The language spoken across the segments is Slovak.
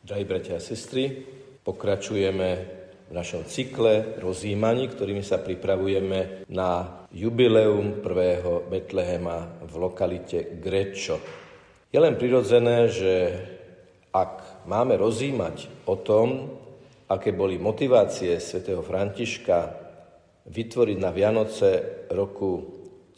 Drahí bratia a sestry, pokračujeme v našom cykle rozjímaní, ktorými sa pripravujeme na jubileum prvého Betlehema v lokalite Grečo. Je len prirodzené, že ak máme rozjímať o tom, aké boli motivácie svätého Františka vytvoriť na Vianoce roku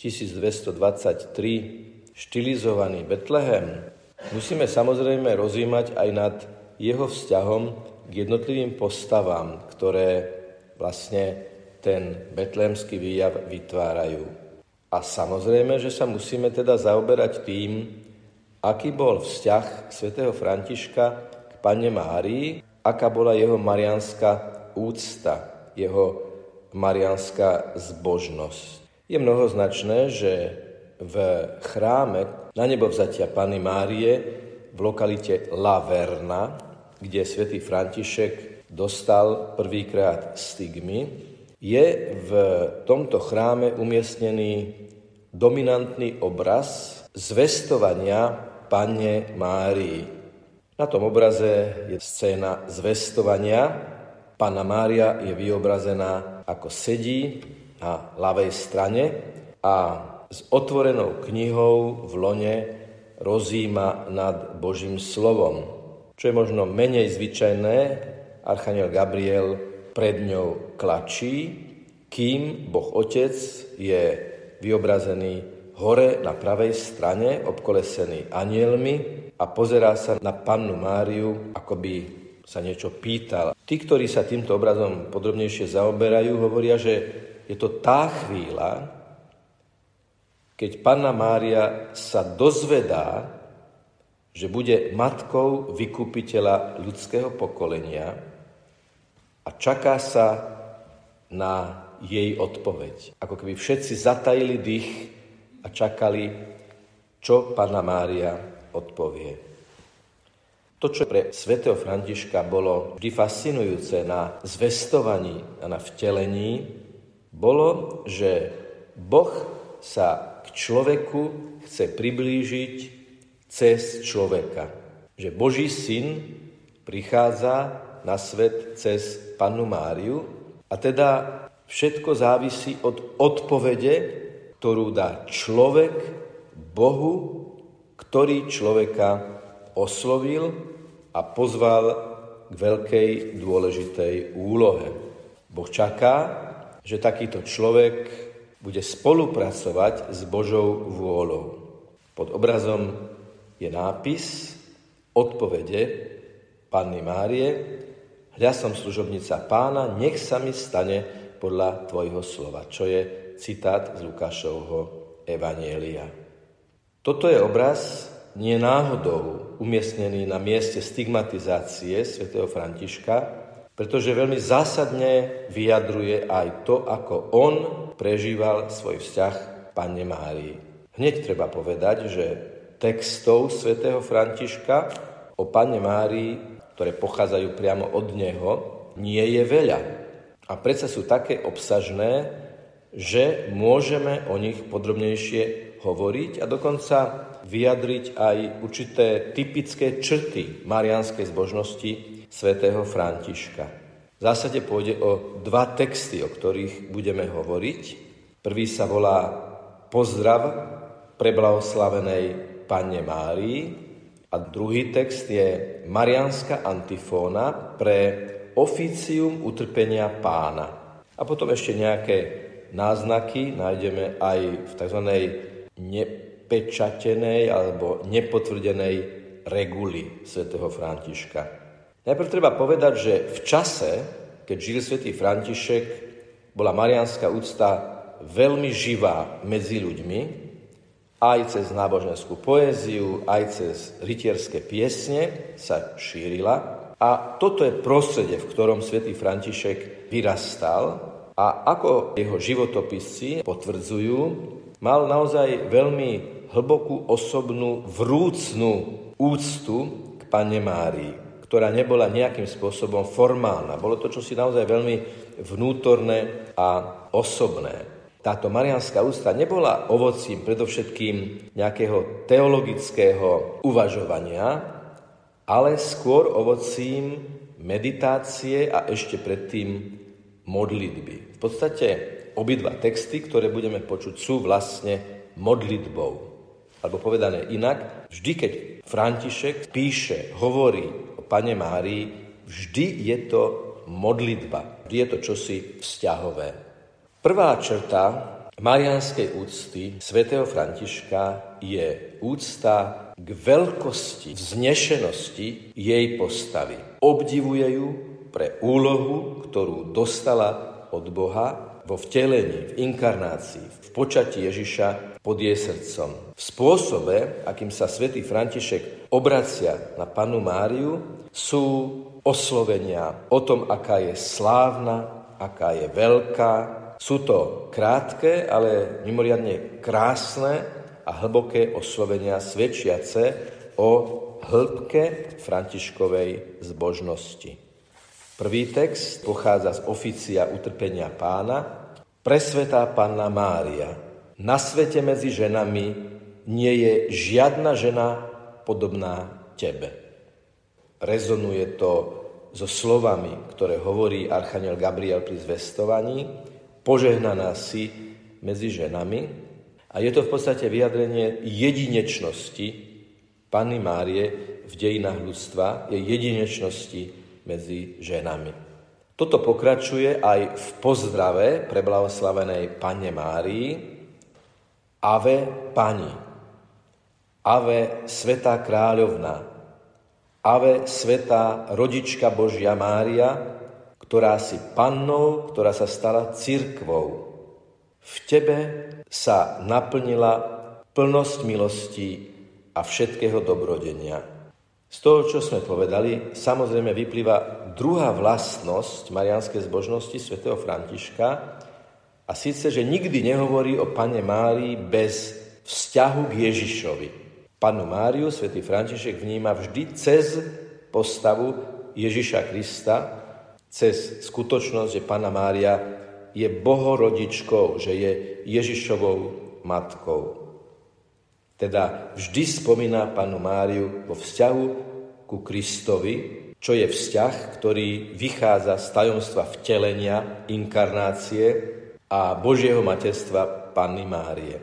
1223 štilizovaný Betlehem, musíme samozrejme rozjímať aj nad jeho vzťahom k jednotlivým postavám, ktoré vlastne ten betlehemský výjav vytvárajú. A samozrejme, že sa musíme teda zaoberať tým, aký bol vzťah svätého Františka k Panne Márii, aká bola jeho mariánska úcta, jeho mariánska zbožnosť. Je mnohoznačné, že v chráme na nebovzatia Panny Márie v lokalite La Verna, kde svätý František dostal prvýkrát stigmy, je v tomto chráme umiestnený dominantný obraz zvestovania Panne Márii. Na tom obraze je scéna zvestovania. Panna Mária je vyobrazená, ako sedí na ľavej strane a s otvorenou knihou v lone rozjíma nad Božím slovom. Čo je možno menej zvyčajné, archaniel Gabriel pred ňou klačí, kým Boh Otec je vyobrazený hore na pravej strane, obkolesený anjelmi a pozerá sa na Pannu Máriu, ako by sa niečo pýtal. Tí, ktorí sa týmto obrazom podrobnejšie zaoberajú, hovoria, že je to tá chvíľa, keď Panna Mária sa dozvedá, že bude matkou vykupiteľa ľudského pokolenia a čaká sa na jej odpoveď. Ako keby všetci zatajili dých a čakali, čo Panna Mária odpovie. To, čo pre svätého Františka bolo vždy fascinujúce na zvestovaní a na vtelení, bolo, že Boh sa k človeku chce priblížiť cez človeka. Že Boží syn prichádza na svet cez Pannu Máriu a teda všetko závisí od odpovede, ktorú dá človek Bohu, ktorý človeka oslovil a pozval k veľkej dôležitej úlohe. Boh čaká, že takýto človek bude spolupracovať s Božou vôľou. Pod obrazom je nápis odpovede Panny Márie: Hľa som služobnica Pána, nech sa mi stane podľa tvojho slova. Čo je citát z Lukášovho evanjelia. Toto je obraz nie náhodou umiestnený na mieste stigmatizácie svätého Františka, pretože veľmi zásadne vyjadruje aj to, ako on prežíval svoj vzťah Panne Márii. Hneď treba povedať, že textov svätého Františka o Panne Márii, ktoré pochádzajú priamo od neho, nie je veľa. A predsa sú také obsažné, že môžeme o nich podrobnejšie hovoriť a dokonca vyjadriť aj určité typické črty mariánskej zbožnosti svätého Františka. V zásade pôjde o dva texty, o ktorých budeme hovoriť. Prvý sa volá Pozdrav preblahoslavenej Panne Márii a druhý text je Mariánska antifóna pre oficium utrpenia Pána. A potom ešte nejaké náznaky nájdeme aj v tzv. Nepečatenej alebo nepotvrdenej reguli svätého Františka. Najprv treba povedať, že v čase, keď žil svätý František, bola mariánska úcta veľmi živá medzi ľuďmi, aj cez náboženskú poéziu, aj cez rytierské piesne sa šírila. A toto je prostredie, v ktorom svätý František vyrastal a ako jeho životopisci potvrdzujú, mal naozaj veľmi hlbokú osobnú vrúcnú úctu k Panne Márii, ktorá nebola nejakým spôsobom formálna. Bolo to čosi naozaj veľmi vnútorné a osobné. Táto mariánska úcta nebola ovocím predovšetkým nejakého teologického uvažovania, ale skôr ovocím meditácie a ešte predtým modlitby. V podstate obidva texty, ktoré budeme počuť, sú vlastne modlitbou. Alebo povedané inak, vždy, keď František píše, hovorí o Panne Márii, vždy je to modlitba, vždy je to čosi vzťahové. Prvá črta mariánskej úcty svätého Františka je úcta k veľkosti, vznešenosti jej postavy. Obdivuje ju pre úlohu, ktorú dostala od Boha vo vtelení, v inkarnácii, v počatí Ježiša pod jej srdcom. V spôsobe, akým sa svätý František obracia na Pannu Máriu, sú oslovenia o tom, aká je slávna, aká je veľká. Sú to krátke, ale mimoriadne krásne a hlboké oslovenia svedčiace o hĺbke Františkovej zbožnosti. Prvý text pochádza z Ofícia utrpenia Pána. Presvätá Panna Mária, na svete medzi ženami nie je žiadna žena podobná tebe. Rezonuje to so slovami, ktoré hovorí archaniel Gabriel pri zvestovaní. Požehnaná si medzi ženami. A je to v podstate vyjadrenie jedinečnosti Panny Márie v dejinách ľudstva, jej jedinečnosti medzi ženami. Toto pokračuje aj v pozdrave preblahoslavenej Panne Márii. Ave Pani, Ave Svätá kráľovná, Ave Svätá Rodička Božia Mária, ktorá si pannou, ktorá sa stala cirkvou. V tebe sa naplnila plnosť milostí a všetkého dobrodenia. Z toho, čo sme povedali, samozrejme vyplýva druhá vlastnosť mariánskej zbožnosti svätého Františka, a síce, že nikdy nehovorí o Panne Márii bez vzťahu k Ježišovi. Pannu Máriu svätý František vníma vždy cez postavu Ježiša Krista, cez skutočnosť, že Panna Mária je Bohorodičkou, že je Ježišovou matkou. Teda vždy spomína Pannu Máriu vo vzťahu ku Kristovi, čo je vzťah, ktorý vychádza z tajomstva vtelenia, inkarnácie a Božieho materstva Panny Márie.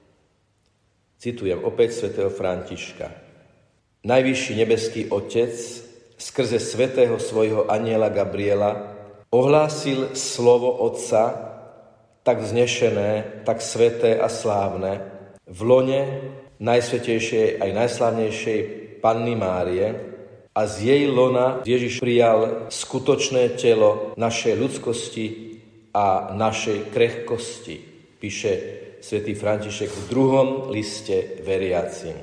Citujem opäť svätého Františka. Najvyšší nebeský Otec skrze svätého svojho anjela Gabriela ohlásil slovo Otca, tak vznešené, tak sväté a slávne, v lone najsvätejšej aj najslávnejšej Panny Márie, a z jej lona Ježiš prijal skutočné telo našej ľudskosti a našej krehkosti, píše svätý František v 2. liste veriacim.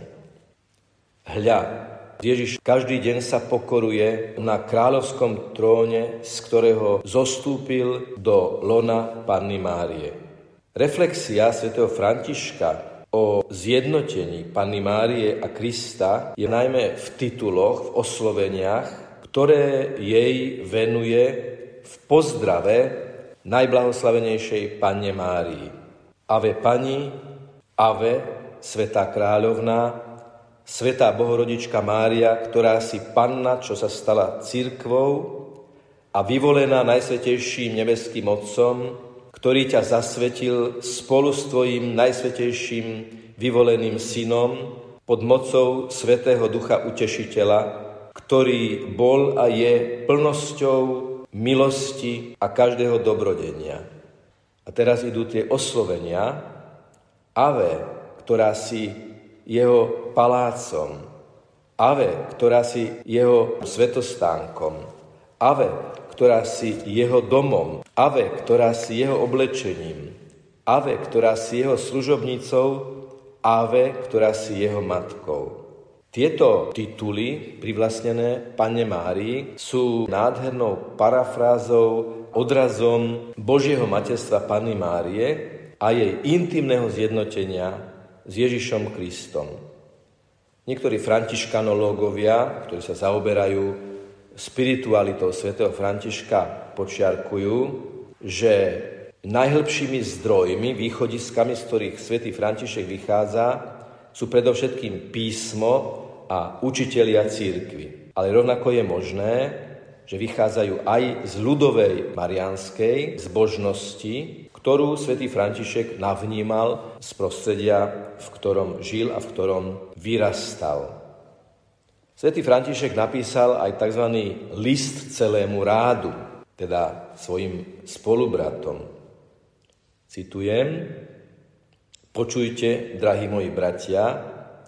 Hľa, Ježiš každý deň sa pokoruje na kráľovskom tróne, z ktorého zostúpil do lona Panny Márie. Reflexia svätého Františka o zjednotení Panny Márie a Krista je najmä v tituloch, v osloveniach, ktoré jej venuje v pozdrave najblahoslavenejšej Panne Márii. Ave Pani, Ave Svätá kráľovná, Svätá Bohorodička Mária, ktorá si Panna, čo sa stala cirkvou a vyvolená Najsvätejším nebeským Otcom, ktorý ťa zasvetil spolu s tvojím najsvätejším vyvoleným synom pod mocou Svätého Ducha Utešiteľa, ktorý bol a je plnosťou milosti a každého dobrodenia. A teraz idú tie oslovenia. Ave, ktorá si jeho palácom. Ave, ktorá si jeho svätostánkom. Ave, ktorá si jeho domom. Ave, ktorá si jeho oblečením. Ave, ktorá si jeho služobnicou. Ave, ktorá si jeho matkou. Tieto tituly, privlastnené Panne Márii, sú nádhernou parafrázou, odrazom Božieho materstva Panny Márie a jej intimného zjednotenia s Ježišom Kristom. Niektorí františkanológovia, ktorí sa zaoberajú spiritualitou svätého Františka, počiarkujú, že najhlbšími zdrojmi, východiskami, z ktorých svätý František vychádza, sú predovšetkým písmo a učitelia cirkvi. ale rovnako je možné, že vychádzajú aj z ľudovej mariánskej zbožnosti, ktorú svätý František navnímal z prostredia, v ktorom žil a v ktorom vyrastal. Svätý František napísal aj tzv. List celému rádu, teda svojim spolubratom. Citujem: Počujte, drahí moji bratia,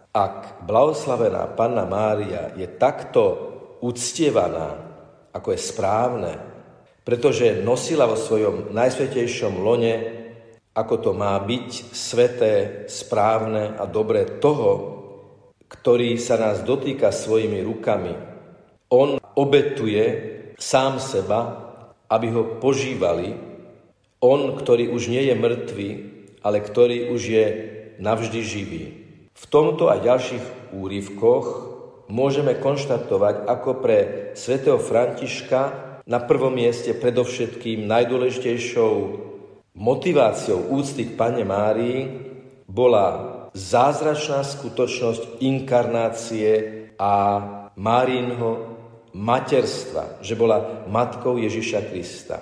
ak blahoslavená Panna Mária je takto uctievaná, ako je správne, pretože nosila vo svojom najsvätejšom lone, ako to má byť, sveté, správne a dobré toho, ktorý sa nás dotýka svojimi rukami. On obetuje sám seba, aby ho požívali. On, ktorý už nie je mŕtvý, ale ktorý už je navždy živý. V tomto a ďalších úryvkoch môžeme konštatovať, ako pre svätého Františka na prvom mieste predovšetkým najdôležitejšou motiváciou úcty k Panne Márii bola zázračná skutočnosť inkarnácie a Máriinho materstva, že bola matkou Ježiša Krista.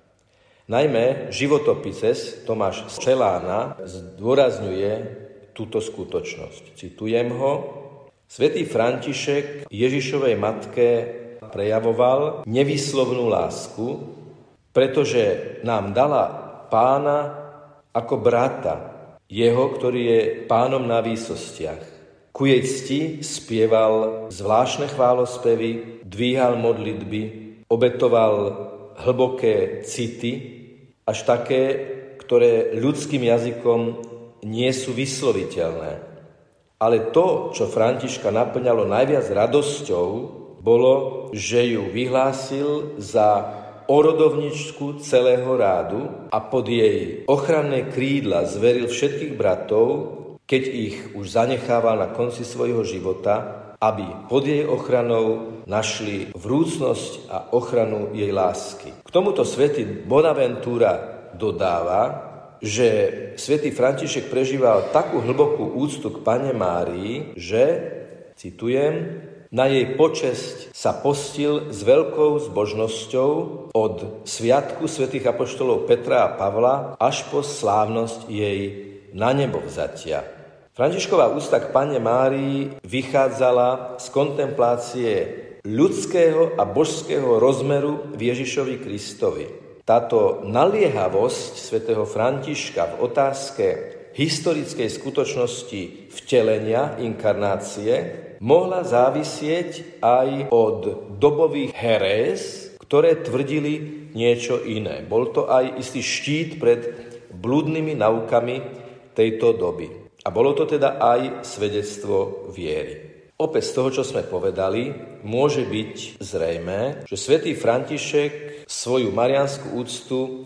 Najmä životopises Tomáš z Celána zdôrazňuje túto skutočnosť. Citujem ho: Svätý František Ježišovej matke prejavoval nevýslovnú lásku, pretože nám dala Pána ako brata, jeho, ktorý je pánom na výsostiach. Ku jej cti spieval zvláštne chválospevy, dvíhal modlitby, obetoval hlboké city, až také, ktoré ľudským jazykom nie sú vysloviteľné. Ale to, čo Františka naplňalo najviac radosťou, bolo, že ju vyhlásil za orodovničku celého rádu a pod jej ochranné krídla zveril všetkých bratov, keď ich už zanechával na konci svojho života, aby pod jej ochranou našli vrúcnosť a ochranu jej lásky. K tomuto svätý Bonaventura dodáva, že svätý František prežíval takú hlbokú úctu k Panne Márii, že, citujem, na jej počesť sa postil s veľkou zbožnosťou od sviatku svätých apoštolov Petra a Pavla až po slávnosť jej na nebo vzatia. Františková úcta k Panne Márii vychádzala z kontemplácie ľudského a božského rozmeru v Ježišovi Kristovi. Táto naliehavosť svätého Františka v otázke historickej skutočnosti vtelenia, inkarnácie, mohla závisieť aj od dobových heréz, ktoré tvrdili niečo iné. Bol to aj istý štít pred blúdnymi naukami tejto doby. A bolo to teda aj svedectvo viery. Opäť z toho, čo sme povedali, môže byť zrejmé, že svätý František svoju mariánsku úctu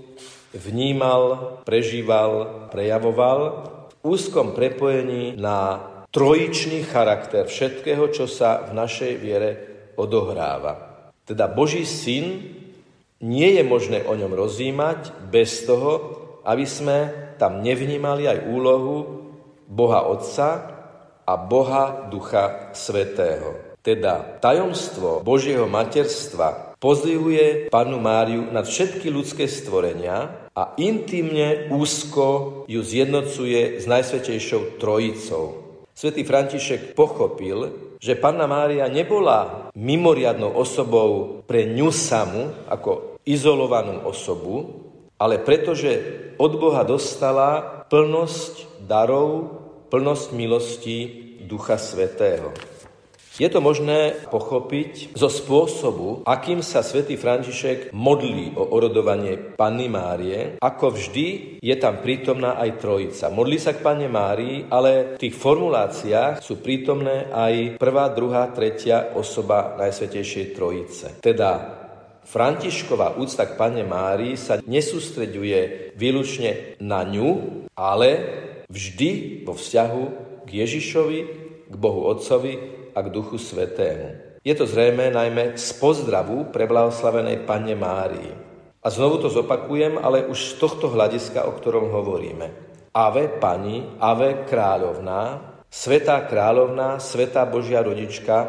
vnímal, prežíval, prejavoval v úzkom prepojení na trojičný charakter všetkého, čo sa v našej viere odohráva. Teda Boží syn, nie je možné o ňom rozjímať bez toho, aby sme tam nevnímali aj úlohu Boha Otca a Boha Ducha Svätého. Teda tajomstvo Božieho materstva pozdvihuje Pannu Máriu nad všetky ľudské stvorenia a intimne, úzko ju zjednocuje s Najsvätejšou Trojicou. Svätý František pochopil, že Panna Mária nebola mimoriadnou osobou pre ňu samu, ako izolovanú osobu, ale pretože od Boha dostala plnosť darov, plnosť milostí Ducha Svätého. Je to možné pochopiť zo spôsobu, akým sa svätý František modlí o orodovanie Panny Márie. Ako vždy je tam prítomná aj Trojica. Modlí sa k Panne Márii, ale v tých formuláciách sú prítomné aj prvá, druhá, tretia osoba Najsvätejšej Trojice. Teda Františková úcta k Panne Márii sa nesústreďuje výlučne na ňu, ale vždy vo vzťahu k Ježišovi, k Bohu Otcovi a k Duchu Svätému. Je to zrejmé najmä z pozdravu preblahoslavenej Panne Márii. A znovu to zopakujem, ale už z tohto hľadiska, o ktorom hovoríme. Ave Pani, Ave Kráľovná, Svätá Kráľovná, Svätá Božia Rodička,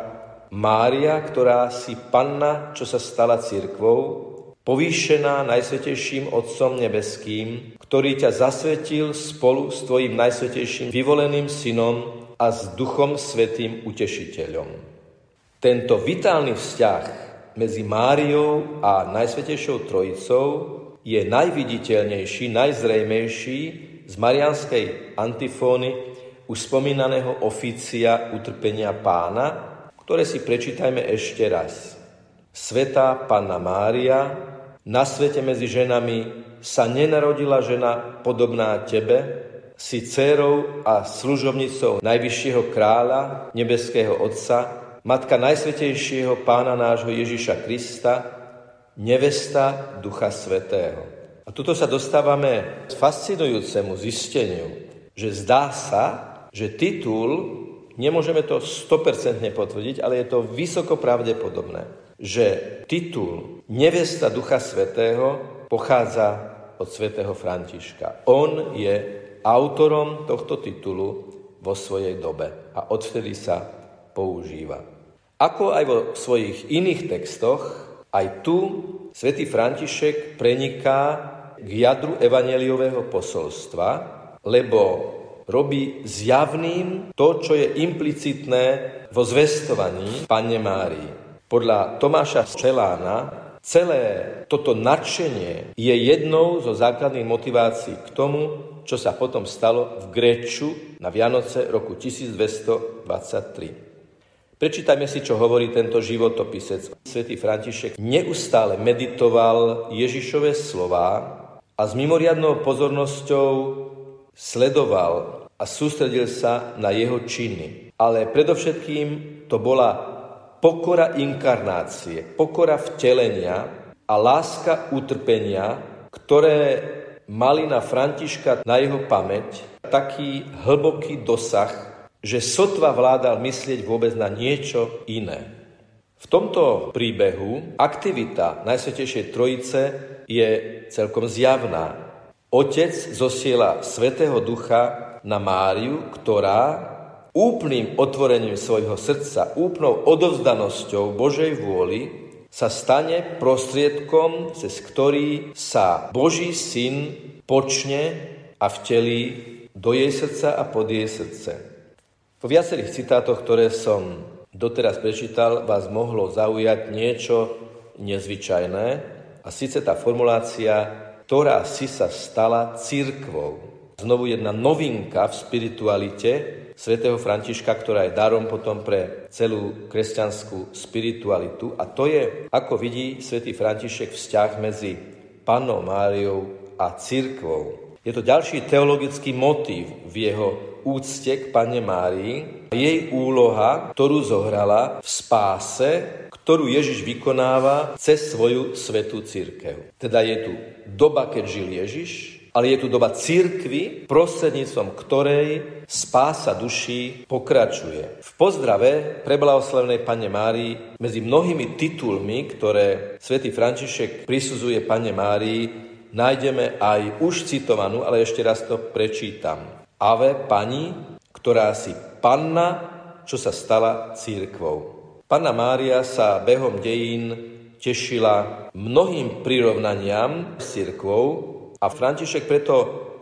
Mária, ktorá si panna, čo sa stala cirkvou, povýšená Najsvätejším Otcom nebeským, ktorý ťa zasvetil spolu s tvojim najsvätejším vyvoleným synom a s Duchom Svätým Utešiteľom. Tento vitálny vzťah medzi Máriou a Najsvätejšou Trojicou je najviditeľnejší, najzrejmejší z mariánskej antifóny už spomínaného ofícia utrpenia Pána, ktoré si prečítajme ešte raz. Svätá Panna Mária, na svete medzi ženami sa nenarodila žena podobná tebe, si dcérou a služobnicou najvyššieho kráľa, nebeského Otca, matka najsvätejšieho Pána nášho Ježiša Krista, nevesta Ducha Svätého. A tuto sa dostávame k fascinujúcemu zisteniu, že zdá sa, že titul, nemôžeme to 100% potvrdiť, ale je to vysoko pravdepodobné, že titul nevesta Ducha Svätého pochádza od svätého Františka. On je autorom tohto titulu vo svojej dobe a odvtedy sa používa. Ako aj vo svojich iných textoch, aj tu svätý František preniká k jadru evanjeliového posolstva, lebo robí zjavným to, čo je implicitné vo zvestovaní Panne Márii. Podľa Tomáša Celána celé toto nadšenie je jednou zo základných motivácií k tomu, čo sa potom stalo v Gréču na Vianoce roku 1223. Prečítajme si, čo hovorí tento životopisec. Svätý František neustále meditoval Ježišove slová a s mimoriadnou pozornosťou sledoval a sústredil sa na jeho činy. Ale predovšetkým to bola pokora inkarnácie, pokora vtelenia a láska utrpenia, ktoré mali na Františka, na jeho pamäť, taký hlboký dosah, že sotva vládal myslieť vôbec na niečo iné. V tomto príbehu aktivita Najsvätejšej Trojice je celkom zjavná. Otec zosiela Svätého Ducha na Máriu, ktorá úplným otvorením svojho srdca, úplnou odovzdanosťou Božej vôli sa stane prostriedkom, cez ktorý sa Boží syn počne a vtelí do jej srdca a pod jej srdce. Po viacerých citátoch, ktoré som doteraz prečítal, vás mohlo zaujať niečo nezvyčajné, a síce tá formulácia, ktorá si sa stala cirkvou. Znovu jedna novinka v spiritualite svätého Františka, ktorá je darom potom pre celú kresťanskú spiritualitu. A to je, ako vidí svätý František, vzťah medzi Pannou Máriou a cirkvou. Je to ďalší teologický motív v jeho úcte k Panne Márii. Jej úloha, ktorú zohrala v spáse, ktorú Ježiš vykonáva cez svoju svätú cirkev. Teda je tu doba, keď žil Ježiš, ale je tu doba cirkvi, prostredníctvom ktorej spása duší pokračuje. V pozdrave preblahoslavenej Panne Márii medzi mnohými titulmi, ktoré svätý František prisudzuje Panne Márii, nájdeme aj už citovanú, ale ešte raz to prečítam. Ave Pani, ktorá si panna, čo sa stala cirkvou. Panna Mária sa behom dejín tešila mnohým prirovnaniam s cirkvou, a František preto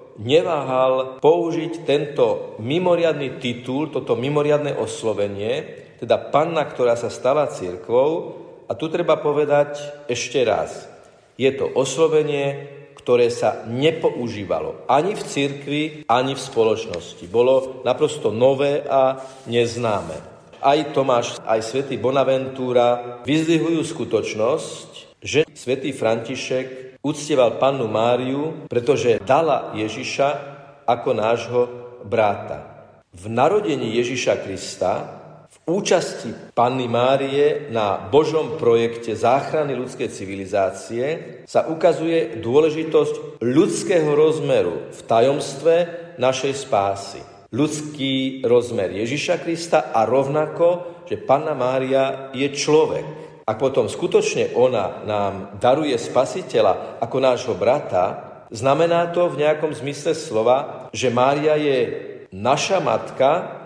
neváhal použiť tento mimoriadny titul, toto mimoriadne oslovenie, teda panna, ktorá sa stala cirkvou. A tu treba povedať ešte raz, je to oslovenie, ktoré sa nepoužívalo ani v cirkvi, ani v spoločnosti. Bolo naprosto nové a neznáme. Aj Tomáš, aj svätý Bonaventura vyzdvihujú skutočnosť, že svätý František uctieval Pannu Máriu, pretože dala Ježiša ako nášho brata. V narodení Ježiša Krista, v účasti Panny Márie na Božom projekte záchrany ľudskej civilizácie sa ukazuje dôležitosť ľudského rozmeru v tajomstve našej spásy. Ľudský rozmer Ježiša Krista a rovnako, že Panna Mária je človek. Ak potom skutočne ona nám daruje Spasiteľa ako nášho brata, znamená to v nejakom zmysle slova, že Mária je naša matka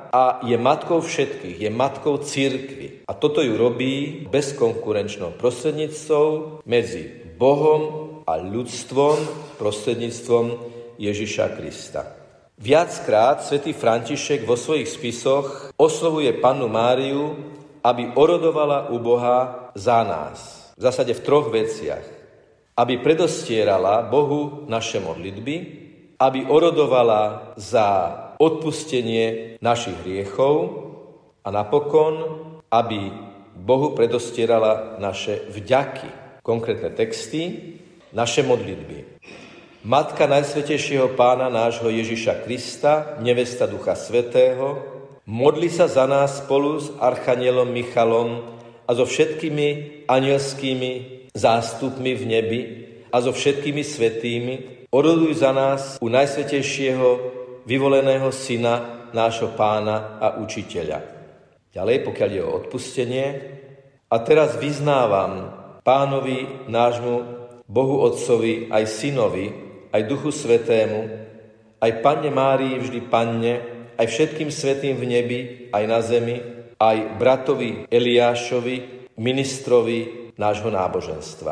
a je matkou všetkých, je matkou cirkvi. A toto ju robí bezkonkurenčnou prostredníctvom medzi Bohom a ľudstvom prostredníctvom Ježiša Krista. Viackrát svätý František vo svojich spisoch oslovuje Pannu Máriu, aby orodovala u Boha za nás. V zásade v 3 veciach. Aby predostierala Bohu naše modlitby, aby orodovala za odpustenie našich hriechov a napokon, aby Bohu predostierala naše vďaky. Konkrétne texty, naše modlitby. Matka Najsvätejšieho Pána nášho Ježiša Krista, nevesta Ducha Svätého, modli sa za nás spolu s archanielom Michalom a so všetkými anielskými zástupmi v nebi a so všetkými svätými. Oroduj za nás u Najsvätejšieho vyvoleného Syna nášho Pána a Učiteľa. Ďalej, pokiaľ je o odpustenie. A teraz vyznávam Pánovi nášmu Bohu Otcovi, aj Synovi, aj Duchu Svätému, aj Panne Márii vždy Panne, aj všetkým svätým v nebi, aj na zemi, aj bratovi Eliášovi, ministrovi nášho náboženstva.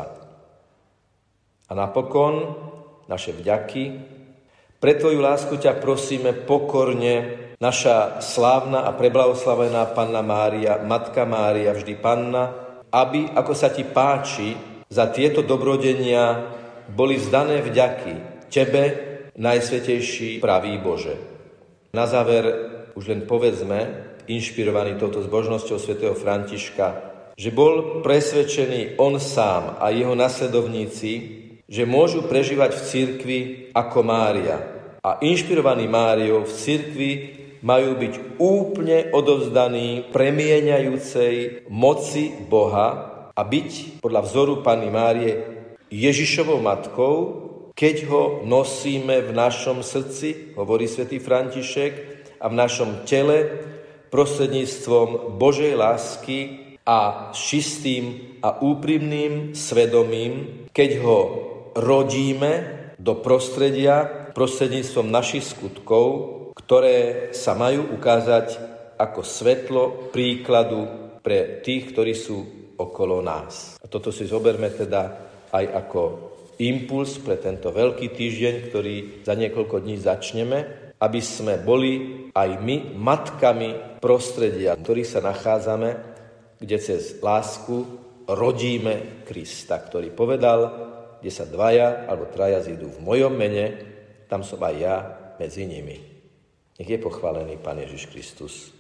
A napokon naše vďaky. Pre Tvoju lásku ťa prosíme pokorne, naša slávna a preblahoslavená Panna Mária, Matka Mária, vždy Panna, aby, ako sa Ti páči, za tieto dobrodenia boli vzdané vďaky Tebe, Najsvätejší pravý Bože. Na záver už len povedzme, inšpirovaný touto zbožnosťou svätého Františka, že bol presvedčený on sám a jeho nasledovníci, že môžu prežívať v cirkvi ako Mária. A inšpirovaní Máriou v cirkvi majú byť úplne odovzdaní premieňajúcej moci Boha a byť podľa vzoru Panny Márie Ježišovou matkou, keď ho nosíme v našom srdci, hovorí svätý František, a v našom tele prostredníctvom Božej lásky a s čistým a úprimným svedomím, keď ho rodíme do prostredia prostredníctvom našich skutkov, ktoré sa majú ukázať ako svetlo príkladu pre tých, ktorí sú okolo nás. A toto si zoberme teda aj ako impuls pre tento veľký týždeň, ktorý za niekoľko dní začneme, aby sme boli aj my matkami prostredia, v ktorých sa nachádzame, kde cez lásku rodíme Krista, ktorý povedal, kde sa 2 alebo 3 zídu v mojom mene, tam som aj ja medzi nimi. Nech je pochválený Pán Ježiš Kristus.